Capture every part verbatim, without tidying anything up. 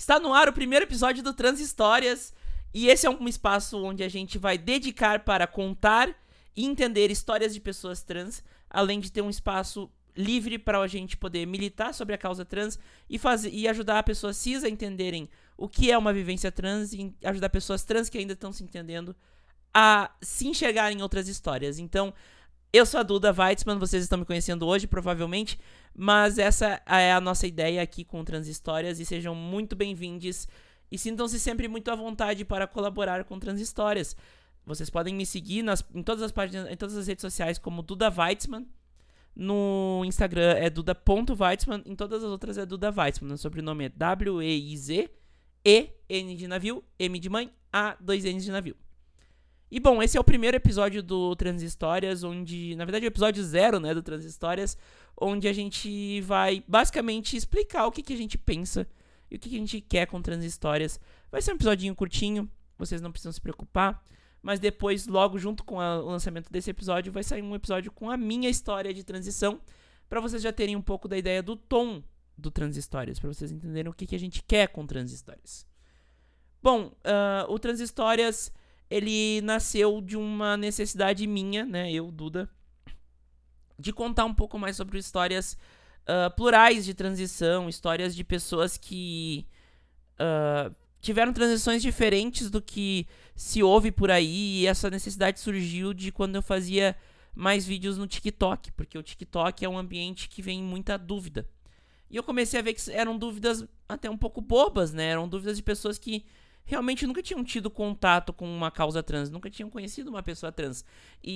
Está no ar o primeiro episódio do Trans Histórias, e esse é um espaço onde a gente vai dedicar para contar e entender histórias de pessoas trans, além de ter um espaço livre para a gente poder militar sobre a causa trans e, fazer, e ajudar pessoas cis a entenderem o que é uma vivência trans e ajudar pessoas trans que ainda estão se entendendo a se enxergarem em outras histórias. Então, eu sou a Duda Weitzman, vocês estão me conhecendo hoje, provavelmente, mas essa é a nossa ideia aqui com Trans Histórias, e sejam muito bem-vindos e sintam-se sempre muito à vontade para colaborar com Trans Histórias. Vocês podem me seguir nas, em, todas as páginas, em todas as redes sociais como Duda Weitzman. No Instagram é duda ponto weitzman, em todas as outras é Duda Weitzman. O sobrenome é W E I Z, E, N de navio, M de mãe, A, dois N's de navio. E bom, esse é o primeiro episódio do Trans Histórias, onde, na verdade, é o episódio zero, né, do Trans Histórias, onde a gente vai basicamente explicar o que, que a gente pensa e o que, que a gente quer com Trans Histórias. Vai ser um episodinho curtinho, vocês não precisam se preocupar, mas depois, logo junto com a, o lançamento desse episódio, vai sair um episódio com a minha história de transição, para vocês já terem um pouco da ideia do tom do Trans Histórias, para vocês entenderem o que, que a gente quer com Trans Histórias. Bom, uh, o Trans Histórias, ele nasceu de uma necessidade minha, né, eu, Duda, de contar um pouco mais sobre histórias uh, plurais de transição, histórias de pessoas que uh, tiveram transições diferentes do que se ouve por aí, e essa necessidade surgiu de quando eu fazia mais vídeos no TikTok, porque o TikTok é um ambiente que vem muita dúvida. E eu comecei a ver que eram dúvidas até um pouco bobas, né, eram dúvidas de pessoas que realmente nunca tinham tido contato com uma causa trans, nunca tinham conhecido uma pessoa trans.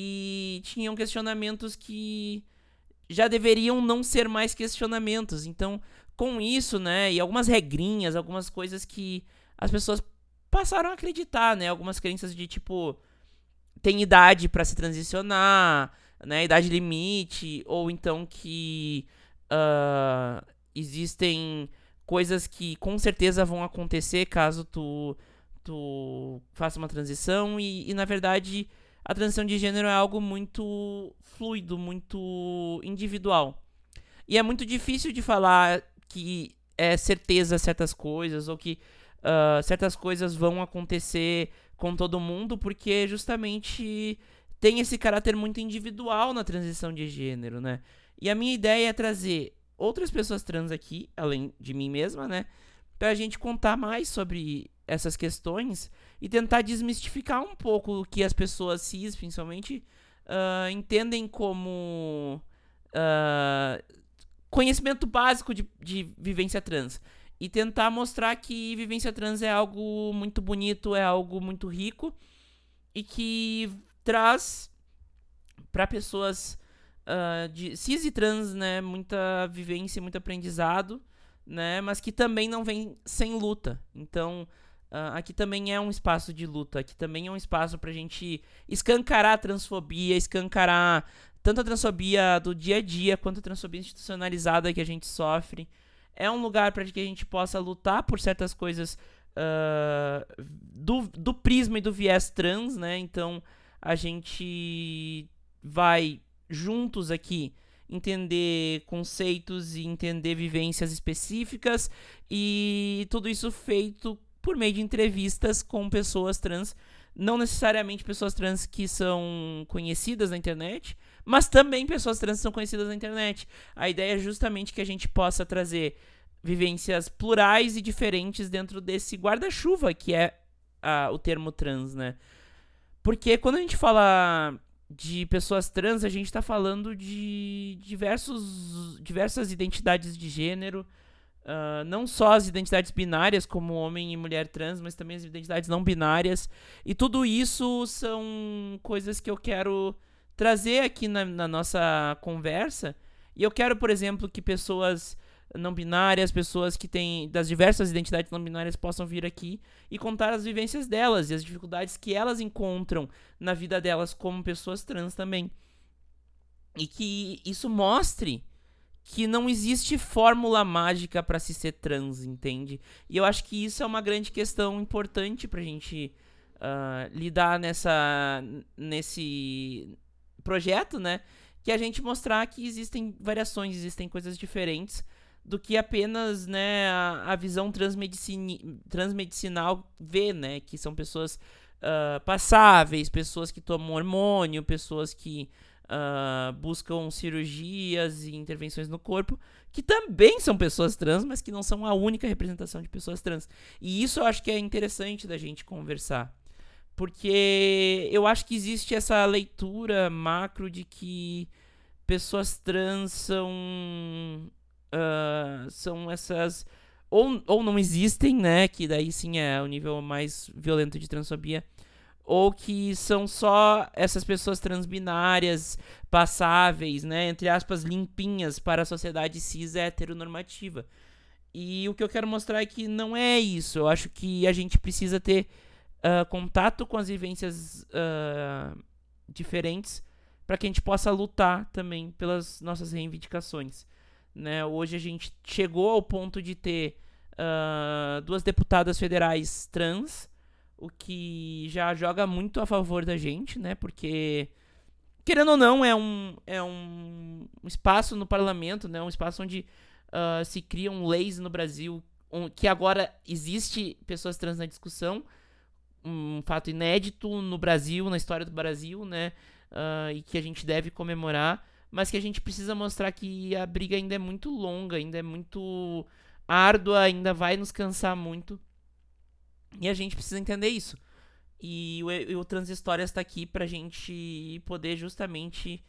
E tinham questionamentos que já deveriam não ser mais questionamentos. Então, com isso, né, e algumas regrinhas, algumas coisas que as pessoas passaram a acreditar, né, algumas crenças de tipo, tem idade pra se transicionar, né, idade limite, ou então que uh, existem coisas que com certeza vão acontecer caso tu, tu faça uma transição. E, e, na verdade, a transição de gênero é algo muito fluido, muito individual. E é muito difícil de falar que é certeza certas coisas, ou que uh, certas coisas vão acontecer com todo mundo, porque justamente tem esse caráter muito individual na transição de gênero, né? E a minha ideia é trazer outras pessoas trans aqui, além de mim mesma, né, pra gente contar mais sobre essas questões e tentar desmistificar um pouco o que as pessoas cis, principalmente, uh, entendem como uh, conhecimento básico de, de vivência trans. E tentar mostrar que vivência trans é algo muito bonito, é algo muito rico e que traz pra pessoas Uh, de cis e trans, né, muita vivência, muito aprendizado, né, mas que também não vem sem luta. Então, uh, aqui também é um espaço de luta, aqui também é um espaço pra gente escancarar a transfobia, escancarar tanto a transfobia do dia a dia, quanto a transfobia institucionalizada que a gente sofre. É um lugar para que a gente possa lutar por certas coisas uh, do, do prisma e do viés trans, né, então a gente vai juntos aqui entender conceitos e entender vivências específicas, e tudo isso feito por meio de entrevistas com pessoas trans, não necessariamente pessoas trans que são conhecidas na internet, mas também pessoas trans que são conhecidas na internet. A ideia é justamente que a gente possa trazer vivências plurais e diferentes dentro desse guarda-chuva que é a, o termo trans, né? Porque quando a gente fala de pessoas trans, a gente tá falando de diversos, diversas identidades de gênero, uh, não só as identidades binárias, como homem e mulher trans, mas também as identidades não binárias, e tudo isso são coisas que eu quero trazer aqui na, na nossa conversa. E eu quero, por exemplo, que pessoas não binárias, pessoas que têm das diversas identidades não binárias possam vir aqui e contar as vivências delas e as dificuldades que elas encontram na vida delas como pessoas trans também. E que isso mostre que não existe fórmula mágica para se ser trans, entende? E eu acho que isso é uma grande questão importante pra gente uh, lidar nessa, nesse projeto, né? Que é a gente mostrar que existem variações, existem coisas diferentes do que apenas, né, a, a visão transmedicini, transmedicinal vê, né, que são pessoas uh, passáveis, pessoas que tomam hormônio, pessoas que uh, buscam cirurgias e intervenções no corpo, que também são pessoas trans, mas que não são a única representação de pessoas trans. E isso eu acho que é interessante da gente conversar, porque eu acho que existe essa leitura macro de que pessoas trans são... Uh, são essas... Ou, ou não existem, né? Que daí sim é o nível mais violento de transfobia. Ou que são só essas pessoas transbinárias, passáveis, né? Entre aspas, limpinhas para a sociedade cis heteronormativa. E o que eu quero mostrar é que não é isso. Eu acho que a gente precisa ter uh, contato com as vivências uh, diferentes para que a gente possa lutar também pelas nossas reivindicações. Né? Hoje a gente chegou ao ponto de ter uh, duas deputadas federais trans, o que já joga muito a favor da gente, né? Porque, querendo ou não, é um, é um espaço no parlamento, né? Um espaço onde uh, se criam leis no Brasil, um, que agora existe pessoas trans na discussão, um fato inédito no Brasil, na história do Brasil, né? Uh, e que a gente deve comemorar, mas que a gente precisa mostrar que a briga ainda é muito longa, ainda é muito árdua, ainda vai nos cansar muito. E a gente precisa entender isso. E o, o Transhistórias está aqui pra gente poder justamente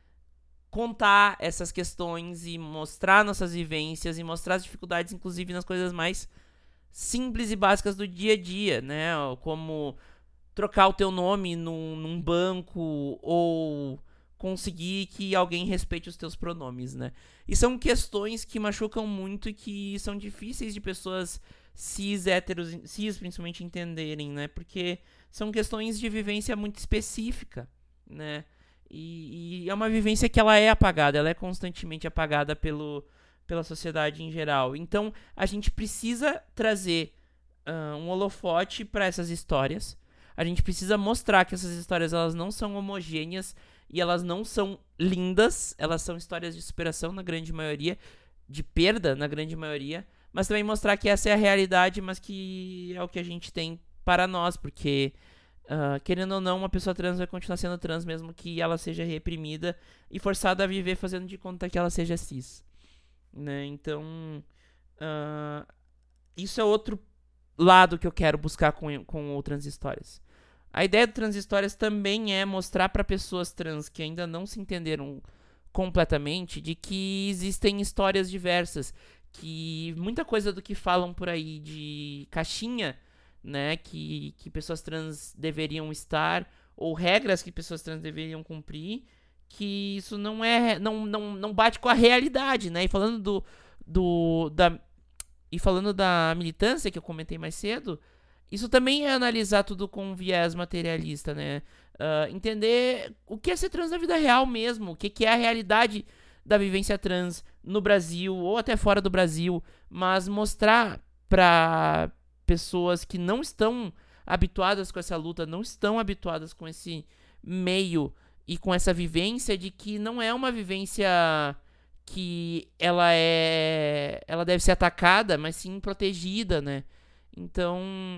contar essas questões e mostrar nossas vivências e mostrar as dificuldades, inclusive nas coisas mais simples e básicas do dia a dia, né? Como trocar o teu nome num, num banco ou conseguir que alguém respeite os teus pronomes, né? E são questões que machucam muito e que são difíceis de pessoas cis, héteros, cis principalmente entenderem, né? Porque são questões de vivência muito específica, né? E, e é uma vivência que ela é apagada, ela é constantemente apagada pelo, pela sociedade em geral. Então, a gente precisa trazer uh, um holofote para essas histórias. A gente precisa mostrar que essas histórias elas não são homogêneas e elas não são lindas, elas são histórias de superação na grande maioria, de perda na grande maioria, mas também mostrar que essa é a realidade, mas que é o que a gente tem para nós, porque, uh, querendo ou não, uma pessoa trans vai continuar sendo trans mesmo que ela seja reprimida e forçada a viver fazendo de conta que ela seja cis, né? Então, uh, isso é outro lado que eu quero buscar com, com o Transhistórias. A ideia do Transhistórias também é mostrar para pessoas trans que ainda não se entenderam completamente de que existem histórias diversas, que muita coisa do que falam por aí de caixinha, né, que, que pessoas trans deveriam estar, ou regras que pessoas trans deveriam cumprir, que isso não é, não, não, não bate com a realidade, né? E falando do, do da e falando da militância que eu comentei mais cedo, isso também é analisar tudo com um viés materialista, né? Uh, entender o que é ser trans na vida real mesmo, o que, que é a realidade da vivência trans no Brasil ou até fora do Brasil, mas mostrar para pessoas que não estão habituadas com essa luta, não estão habituadas com esse meio e com essa vivência de que não é uma vivência que ela é, ela deve ser atacada, mas sim protegida, né? Então,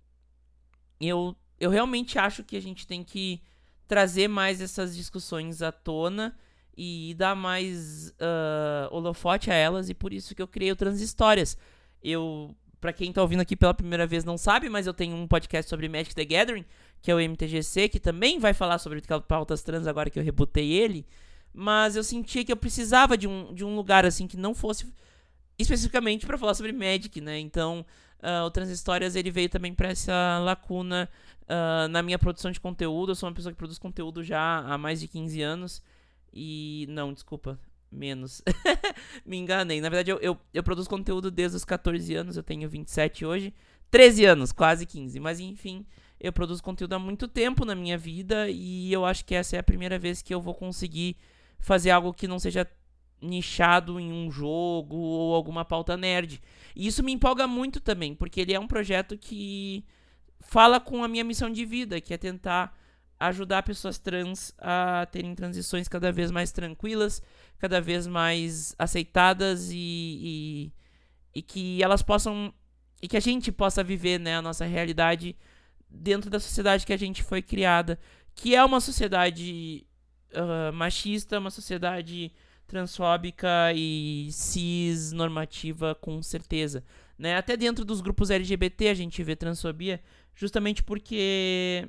eu, eu realmente acho que a gente tem que trazer mais essas discussões à tona e dar mais uh, holofote a elas, e por isso que eu criei o Transhistórias. Eu, pra quem tá ouvindo aqui pela primeira vez não sabe, mas eu tenho um podcast sobre Magic the Gathering, que é o M T G C, que também vai falar sobre pautas trans agora que eu rebutei ele, mas eu sentia que eu precisava de um, de um lugar assim que não fosse especificamente pra falar sobre Magic, né? Então, Uh, o Transhistórias ele veio também para essa lacuna uh, na minha produção de conteúdo. Eu sou uma pessoa que produz conteúdo já há mais de quinze anos. E. Não, desculpa. Menos. Me enganei. Na verdade, eu, eu, eu produzo conteúdo desde os catorze anos. Eu tenho vinte e sete hoje. treze anos, quase quinze. Mas enfim, eu produzo conteúdo há muito tempo na minha vida. E eu acho que essa é a primeira vez que eu vou conseguir fazer algo que não seja nichado em um jogo ou alguma pauta nerd. E isso me empolga muito também, porque ele é um projeto que fala com a minha missão de vida, que é tentar ajudar pessoas trans a terem transições cada vez mais tranquilas, cada vez mais aceitadas e, e, e que elas possam, e que a gente possa viver, né, a nossa realidade dentro da sociedade que a gente foi criada, que é uma sociedade uh, machista, uma sociedade transfóbica e cis normativa, com certeza, né? Até dentro dos grupos L G B T a gente vê transfobia, justamente porque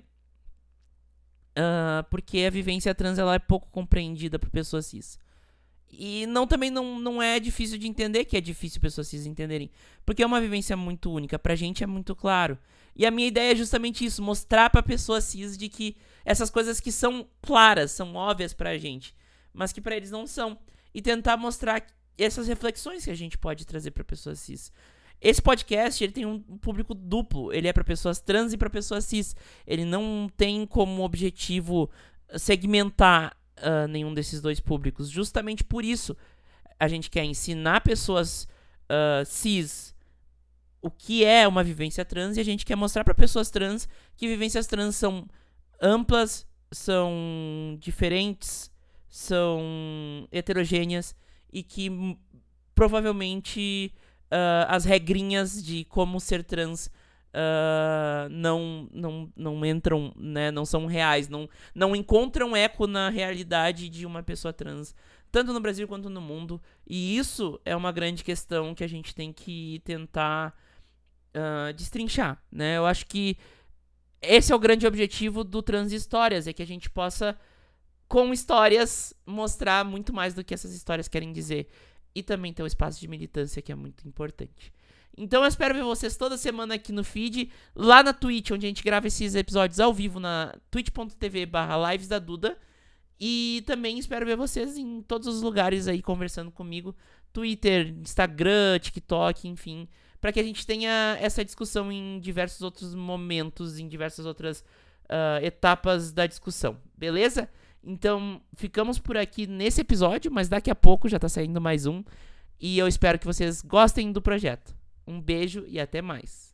uh, porque a vivência trans ela é pouco compreendida por pessoas cis. E não, também não, não é difícil de entender que é difícil pessoas cis entenderem, porque é uma vivência muito única, pra gente é muito claro. E a minha ideia é justamente isso, mostrar pra pessoas cis de que essas coisas que são claras, são óbvias pra gente, mas que pra eles não são. E tentar mostrar essas reflexões que a gente pode trazer pra pessoas cis. Esse podcast, ele tem um público duplo, ele é pra pessoas trans e pra pessoas cis. Ele não tem como objetivo segmentar Uh, nenhum desses dois públicos. Justamente por isso a gente quer ensinar pessoas uh, cis o que é uma vivência trans, e a gente quer mostrar para pessoas trans que vivências trans são amplas, são diferentes, são heterogêneas e que m- provavelmente uh, as regrinhas de como ser trans Uh, não, não, não entram, né, não são reais, não, não encontram eco na realidade de uma pessoa trans, tanto no Brasil quanto no mundo. E isso é uma grande questão que a gente tem que tentar uh, destrinchar, né? Eu acho que esse é o grande objetivo do Trans Histórias, é que a gente possa, com histórias, mostrar muito mais do que essas histórias querem dizer, e também ter um espaço de militância que é muito importante. Então eu espero ver vocês toda semana aqui no feed, lá na Twitch, onde a gente grava esses episódios ao vivo, na twitch.tv barra lives da Duda. E também espero ver vocês em todos os lugares aí conversando comigo, Twitter, Instagram, TikTok, enfim, para que a gente tenha essa discussão em diversos outros momentos, em diversas outras uh, etapas da discussão, beleza? Então ficamos por aqui nesse episódio, mas daqui a pouco já tá saindo mais um, e eu espero que vocês gostem do projeto. Um beijo e até mais.